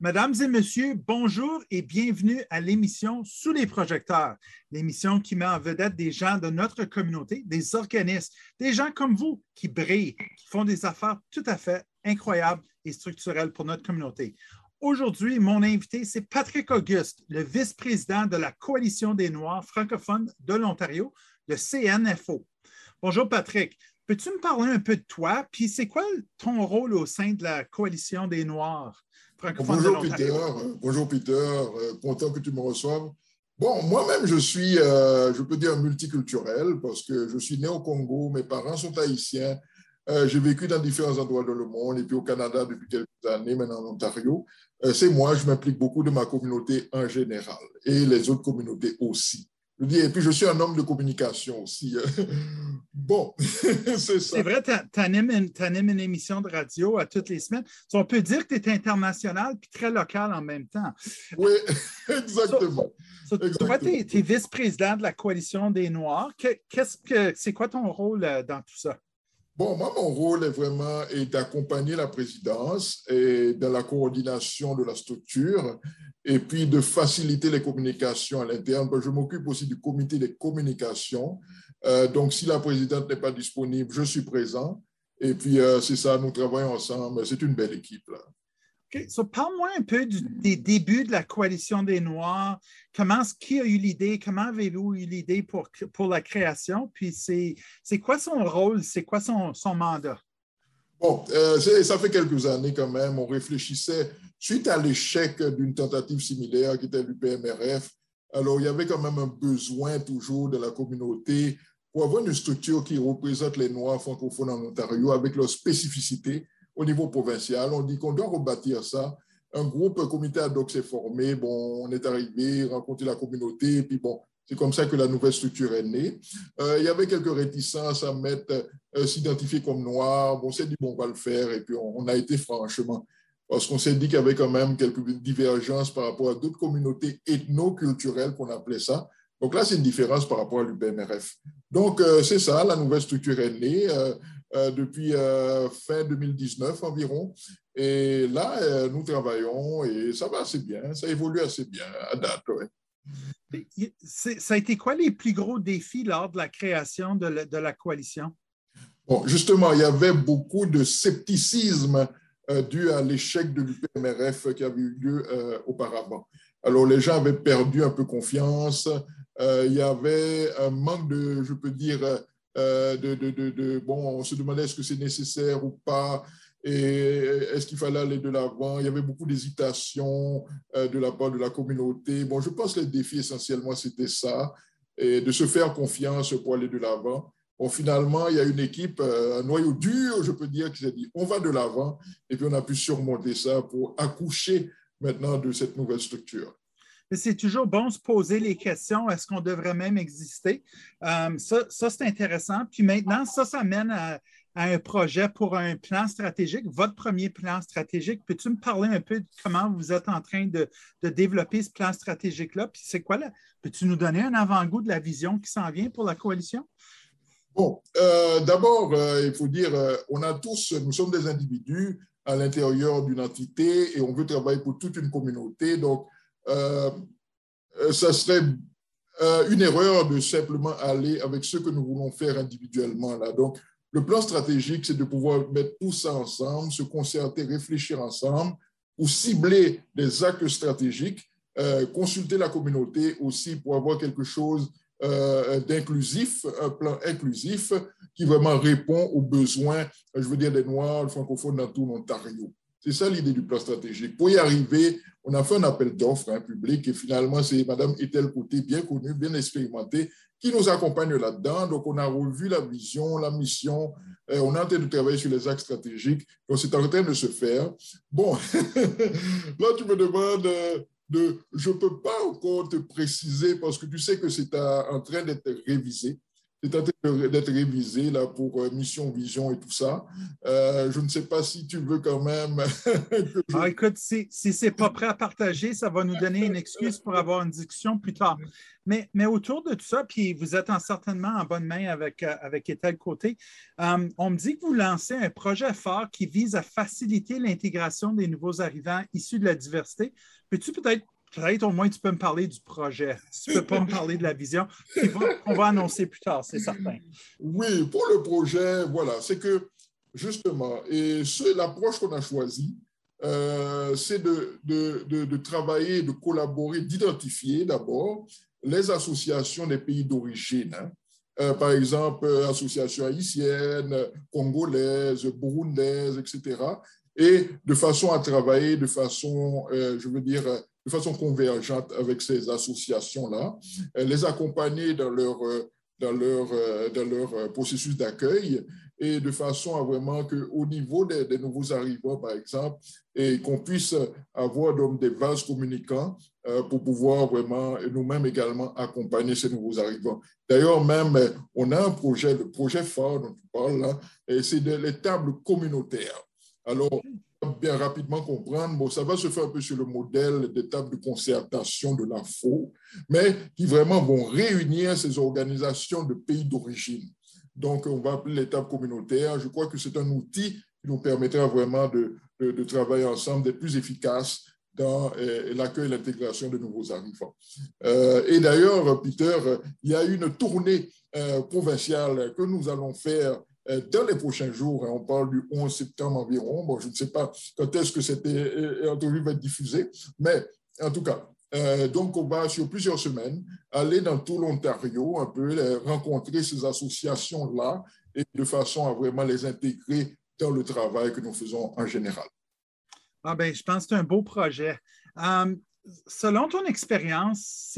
Mesdames et messieurs, bonjour et bienvenue à l'émission Sous les projecteurs, l'émission qui met en vedette des gens de notre communauté, des organismes, des gens comme vous qui brillent, qui font des affaires tout à fait incroyables et structurelles pour notre communauté. Aujourd'hui, mon invité, c'est Patrick Auguste, le vice-président de la Coalition des Noirs francophones de l'Ontario, le CNFO. Bonjour Patrick, peux-tu me parler un peu de toi, puis c'est quoi ton rôle au sein de la Coalition des Noirs? Bonjour Peter, content que tu me reçoives. Bon, moi-même, je suis, je peux dire, multiculturel parce que je suis né au Congo, mes parents sont haïtiens, j'ai vécu dans différents endroits dans le monde et puis au Canada depuis quelques années, maintenant en Ontario. C'est moi, je m'implique beaucoup de ma communauté en général et les autres communautés aussi. Je dis, et puis je suis un homme de communication aussi. Bon, c'est ça. C'est vrai, tu animes une émission de radio à toutes les semaines. So, on peut dire que tu es international puis très local en même temps. Oui, exactement. Toi, tu es vice-président de la Coalition des Noirs. C'est quoi ton rôle dans tout ça? Bon, moi, mon rôle est vraiment d'accompagner la présidence et dans la coordination de la structure et puis de faciliter les communications à l'interne. Je m'occupe aussi du comité des communications. Donc, si la présidente n'est pas disponible, je suis présent. Et puis, c'est ça, nous travaillons ensemble. C'est une belle équipe, là. OK. So, parle-moi un peu des débuts de la Coalition des Noirs. Qui a eu l'idée? Comment avez-vous eu l'idée pour la création? Puis, c'est quoi son rôle? C'est quoi son mandat? Bon, ça fait quelques années quand même. On réfléchissait suite à l'échec d'une tentative similaire qui était l'UPMRF. Alors, il y avait quand même un besoin toujours de la communauté pour avoir une structure qui représente les Noirs francophones en Ontario avec leurs spécificités au niveau provincial. On dit qu'on doit rebâtir ça. Un groupe comité ad hoc s'est formé. Bon, on est arrivé, rencontrer la communauté, et puis bon, c'est comme ça que la nouvelle structure est née. Il y avait quelques réticences à s'identifier comme noir. Bon, on s'est dit, bon, on va le faire, et puis on a été franchement, parce qu'on s'est dit qu'il y avait quand même quelques divergences par rapport à d'autres communautés ethno-culturelles, qu'on appelait ça. Donc là, c'est une différence par rapport à l'UPMRF. Donc, c'est ça, la nouvelle structure est née depuis fin 2019 environ. Et là, nous travaillons et ça va assez bien, ça évolue assez bien à date. Ouais. Ça a été quoi les plus gros défis lors de la création de la coalition? Bon, justement, il y avait beaucoup de scepticisme dû à l'échec de l'UPMRF qui avait eu lieu auparavant. Alors, les gens avaient perdu un peu confiance. Il y avait un manque de, je peux dire, bon, on se demandait est-ce que c'est nécessaire ou pas, et est-ce qu'il fallait aller de l'avant. Il y avait beaucoup d'hésitation de la part de la communauté. Bon, je pense que le défi essentiellement, c'était ça, et de se faire confiance pour aller de l'avant. Bon, finalement, il y a une équipe, un noyau dur, je peux dire, qui s'est dit on va de l'avant, et puis on a pu surmonter ça pour accoucher maintenant de cette nouvelle structure. C'est toujours bon de se poser les questions, est-ce qu'on devrait même exister? Ça c'est intéressant. Puis maintenant, ça mène à un projet pour un plan stratégique, votre premier plan stratégique. Peux-tu me parler un peu de comment vous êtes en train de développer ce plan stratégique-là? Puis c'est quoi peux-tu nous donner un avant-goût de la vision qui s'en vient pour la coalition? Bon, d'abord, il faut dire, nous sommes des individus à l'intérieur d'une entité et on veut travailler pour toute une communauté. Donc, ça serait une erreur de simplement aller avec ce que nous voulons faire individuellement là. Donc, le plan stratégique, c'est de pouvoir mettre tout ça ensemble, se concerter, réfléchir ensemble pour cibler des actes stratégiques, consulter la communauté aussi pour avoir quelque chose d'inclusif, un plan inclusif qui vraiment répond aux besoins, je veux dire, des Noirs, francophones dans tout l'Ontario. C'est ça l'idée du plan stratégique. Pour y arriver, on a fait un appel d'offres public et finalement, c'est Mme Ethel Côté, bien connue, bien expérimentée, qui nous accompagne là-dedans. Donc, on a revu la vision, la mission. On est en train de travailler sur les axes stratégiques. Donc, c'est en train de se faire. Bon, là, tu me demandes je ne peux pas encore te préciser parce que tu sais que c'est en train d'être révisé. est en train d'être révisé là, pour mission, vision et tout ça. Je ne sais pas si tu veux quand même que je... Ah, écoute, si ce n'est pas prêt à partager, ça va nous donner une excuse pour avoir une discussion plus tard. Mais autour de tout ça, puis vous êtes certainement en bonne main avec Étel Côté, on me dit que vous lancez un projet phare qui vise à faciliter l'intégration des nouveaux arrivants issus de la diversité. Peux-tu peut-être au moins tu peux me parler du projet. Tu ne peux pas me parler de la vision qu'on va annoncer plus tard, c'est certain. Oui, pour le projet, voilà, c'est que justement, et l'approche qu'on a choisie, c'est de travailler, de collaborer, d'identifier d'abord les associations des pays d'origine. Hein. Par exemple, associations haïtiennes, congolaises, burundaises, etc. Et de façon à travailler de façon, de façon convergente avec ces associations-là, les accompagner dans leur processus d'accueil et de façon à vraiment qu'au niveau des nouveaux arrivants, par exemple, et qu'on puisse avoir donc des vases communicants pour pouvoir vraiment nous-mêmes également accompagner ces nouveaux arrivants. D'ailleurs, même, on a un projet, le projet phare dont tu parles là, c'est les tables communautaires. Alors, bien rapidement comprendre, bon, ça va se faire un peu sur le modèle des tables de concertation de l'AFO, mais qui vraiment vont réunir ces organisations de pays d'origine. Donc, on va appeler les tables communautaires. Je crois que c'est un outil qui nous permettra vraiment de travailler ensemble, d'être plus efficaces dans l'accueil et l'intégration de nouveaux arrivants. Et d'ailleurs, Peter, il y a une tournée provinciale que nous allons faire dans les prochains jours. On parle du 11 septembre environ. Bon, je ne sais pas quand est-ce que cette entrevue va être diffusée, mais en tout cas, donc on va sur plusieurs semaines aller dans tout l'Ontario, un peu rencontrer ces associations-là et de façon à vraiment les intégrer dans le travail que nous faisons en général. Ah ben, je pense que c'est un beau projet. Selon ton expérience,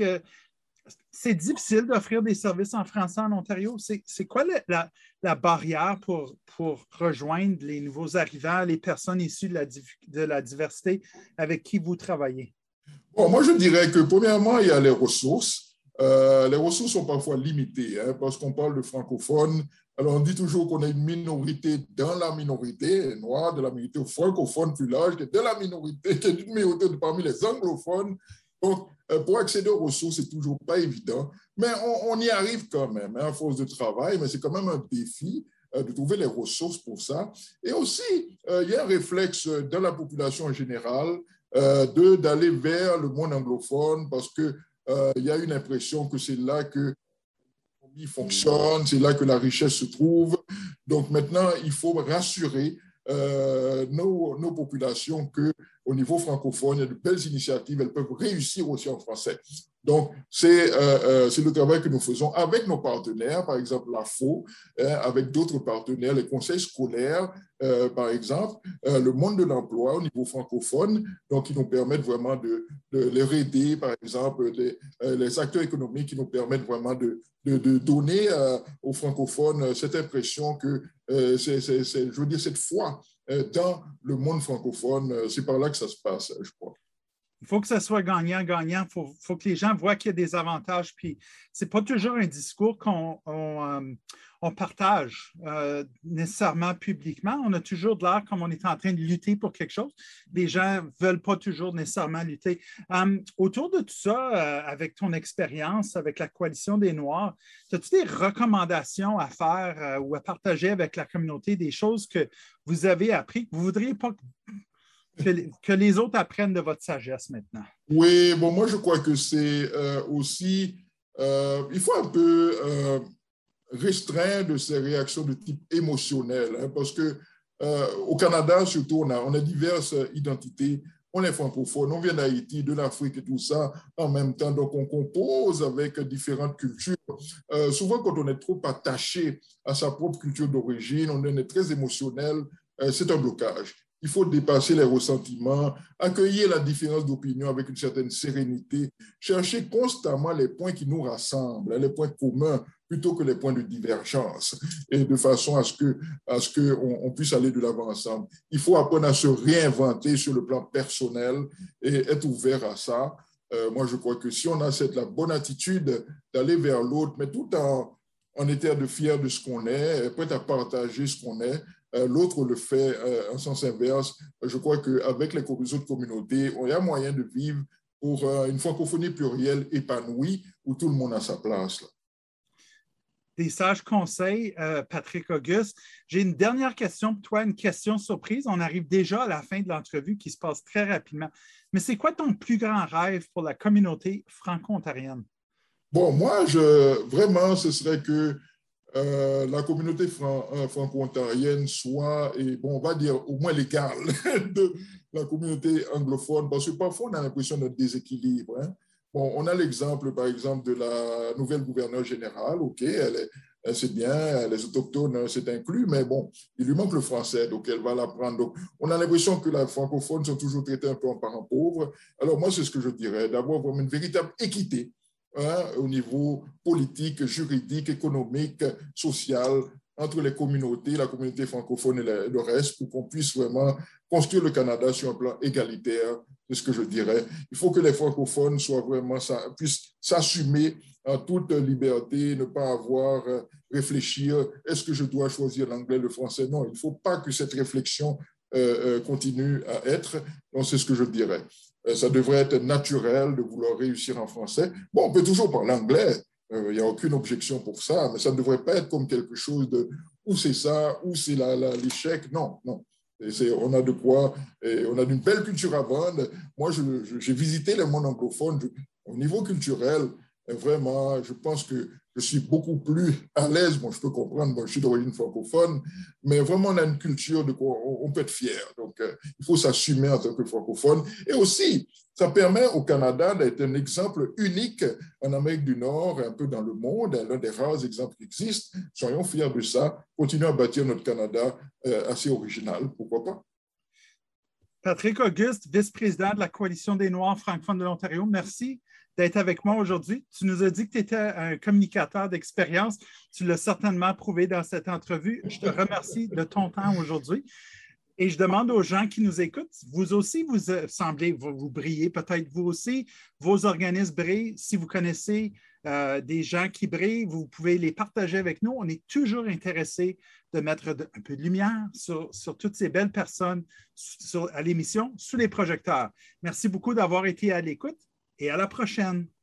c'est difficile d'offrir des services en français en Ontario. C'est quoi la barrière pour rejoindre les nouveaux arrivants, les personnes issues de la diversité avec qui vous travaillez? Bon, moi, je dirais que premièrement, il y a les ressources. Les ressources sont parfois limitées hein, parce qu'on parle de francophones. Alors, on dit toujours qu'on est une minorité dans la minorité noire, de la minorité francophone plus large, que de la minorité, qui est une minorité parmi les anglophones. Donc, pour accéder aux ressources, c'est toujours pas évident, mais on y arrive quand même, hein, à force de travail, mais c'est quand même un défi de trouver les ressources pour ça. Et aussi, il y a un réflexe dans la population en général d'aller vers le monde anglophone parce qu'il y a une impression que c'est là que l'économie fonctionne, c'est là que la richesse se trouve. Donc maintenant, il faut rassurer nos populations qu'au niveau francophone, il y a de belles initiatives, elles peuvent réussir aussi en français. Donc, c'est le travail que nous faisons avec nos partenaires, par exemple l'AFO, avec d'autres partenaires, les conseils scolaires, par exemple, le monde de l'emploi au niveau francophone, donc qui nous permettent vraiment de les aider, par exemple, les acteurs économiques qui nous permettent vraiment de donner aux francophones cette impression que je veux dire, cette foi dans le monde francophone, c'est par là que ça se passe, je crois. Il faut que ça soit gagnant-gagnant. Il faut que les gens voient qu'il y a des avantages. Puis, ce n'est pas toujours un discours qu'on partage nécessairement publiquement. On a toujours de l'air comme on est en train de lutter pour quelque chose. Les gens ne veulent pas toujours nécessairement lutter. Autour de tout ça, avec ton expérience, avec la Coalition des Noirs, as-tu des recommandations à faire ou à partager avec la communauté, des choses que vous avez appris, que vous ne voudriez pas que les autres apprennent de votre sagesse maintenant? Oui, bon, moi, je crois que c'est aussi, il faut un peu restreindre ces réactions de type émotionnel, hein, parce que au Canada, surtout, on a diverses identités. On est francophone, on vient d'Haïti, de l'Afrique et tout ça en même temps. Donc, on compose avec différentes cultures. Souvent, quand on est trop attaché à sa propre culture d'origine, on est très émotionnel, c'est un blocage. Il faut dépasser les ressentiments, accueillir la différence d'opinion avec une certaine sérénité, chercher constamment les points qui nous rassemblent, les points communs, plutôt que les points de divergence, et de façon à ce qu'on puisse aller de l'avant ensemble. Il faut apprendre à se réinventer sur le plan personnel et être ouvert à ça. Moi, je crois que si on a la bonne attitude d'aller vers l'autre, mais tout en on est fier de ce qu'on est, prêt à partager ce qu'on est. L'autre le fait en sens inverse. Je crois qu'avec les autres communautés, il y a moyen de vivre pour une francophonie plurielle épanouie où tout le monde a sa place. Là. Des sages conseils, Patrick Auguste. J'ai une dernière question pour toi, une question surprise. On arrive déjà à la fin de l'entrevue qui se passe très rapidement. Mais c'est quoi ton plus grand rêve pour la communauté franco-ontarienne? Bon, moi, vraiment, ce serait que la communauté franco-ontarienne soit, et bon, on va dire au moins l'égale de la communauté anglophone, parce que parfois on a l'impression d'un déséquilibre. Hein. Bon, on a l'exemple, par exemple, de la nouvelle gouverneure générale, OK, c'est bien, les autochtones, c'est inclus, mais bon, il lui manque le français, donc elle va l'apprendre. Donc, on a l'impression que les francophones sont toujours traités un peu en parents pauvres. Alors, moi, c'est ce que je dirais, d'avoir vraiment une véritable équité. Hein, au niveau politique, juridique, économique, social, entre les communautés, la communauté francophone et le reste, pour qu'on puisse vraiment construire le Canada sur un plan égalitaire, c'est ce que je dirais. Il faut que les francophones soient vraiment, puissent s'assumer en toute liberté, ne pas avoir réfléchir, est-ce que je dois choisir l'anglais, le français? Non, il ne faut pas que cette réflexion continue à être. Donc, c'est ce que je dirais. Ça devrait être naturel de vouloir réussir en français. Bon, on peut toujours parler anglais, il n'y a aucune objection pour ça, mais ça ne devrait pas être comme quelque chose de ou c'est ça, ou c'est l'échec. Non, non. On a de quoi, on a d'une belle culture à vendre. Moi, j'ai visité le monde anglophone. Au niveau culturel, vraiment, je pense que je suis beaucoup plus à l'aise. Bon, je peux comprendre, moi, je suis d'origine francophone, mais vraiment, on a une culture de quoi on peut être fier. Donc, il faut s'assumer en tant que francophone. Et aussi, ça permet au Canada d'être un exemple unique en Amérique du Nord et un peu dans le monde, l'un des rares exemples qui existent. Soyons fiers de ça. Continuons à bâtir notre Canada assez original. Pourquoi pas? Patrick Auguste, vice-président de la Coalition des Noirs francophones de l'Ontario, merci d'être avec moi aujourd'hui. Tu nous as dit que tu étais un communicateur d'expérience. Tu l'as certainement prouvé dans cette entrevue. Je te remercie de ton temps aujourd'hui. Et je demande aux gens qui nous écoutent, vous aussi, vous semblez vous briller, peut-être vous aussi, vos organismes brillent. Si vous connaissez des gens qui brillent, vous pouvez les partager avec nous. On est toujours intéressés de mettre un peu de lumière sur toutes ces belles personnes à l'émission Sous les projecteurs. Merci beaucoup d'avoir été à l'écoute et à la prochaine.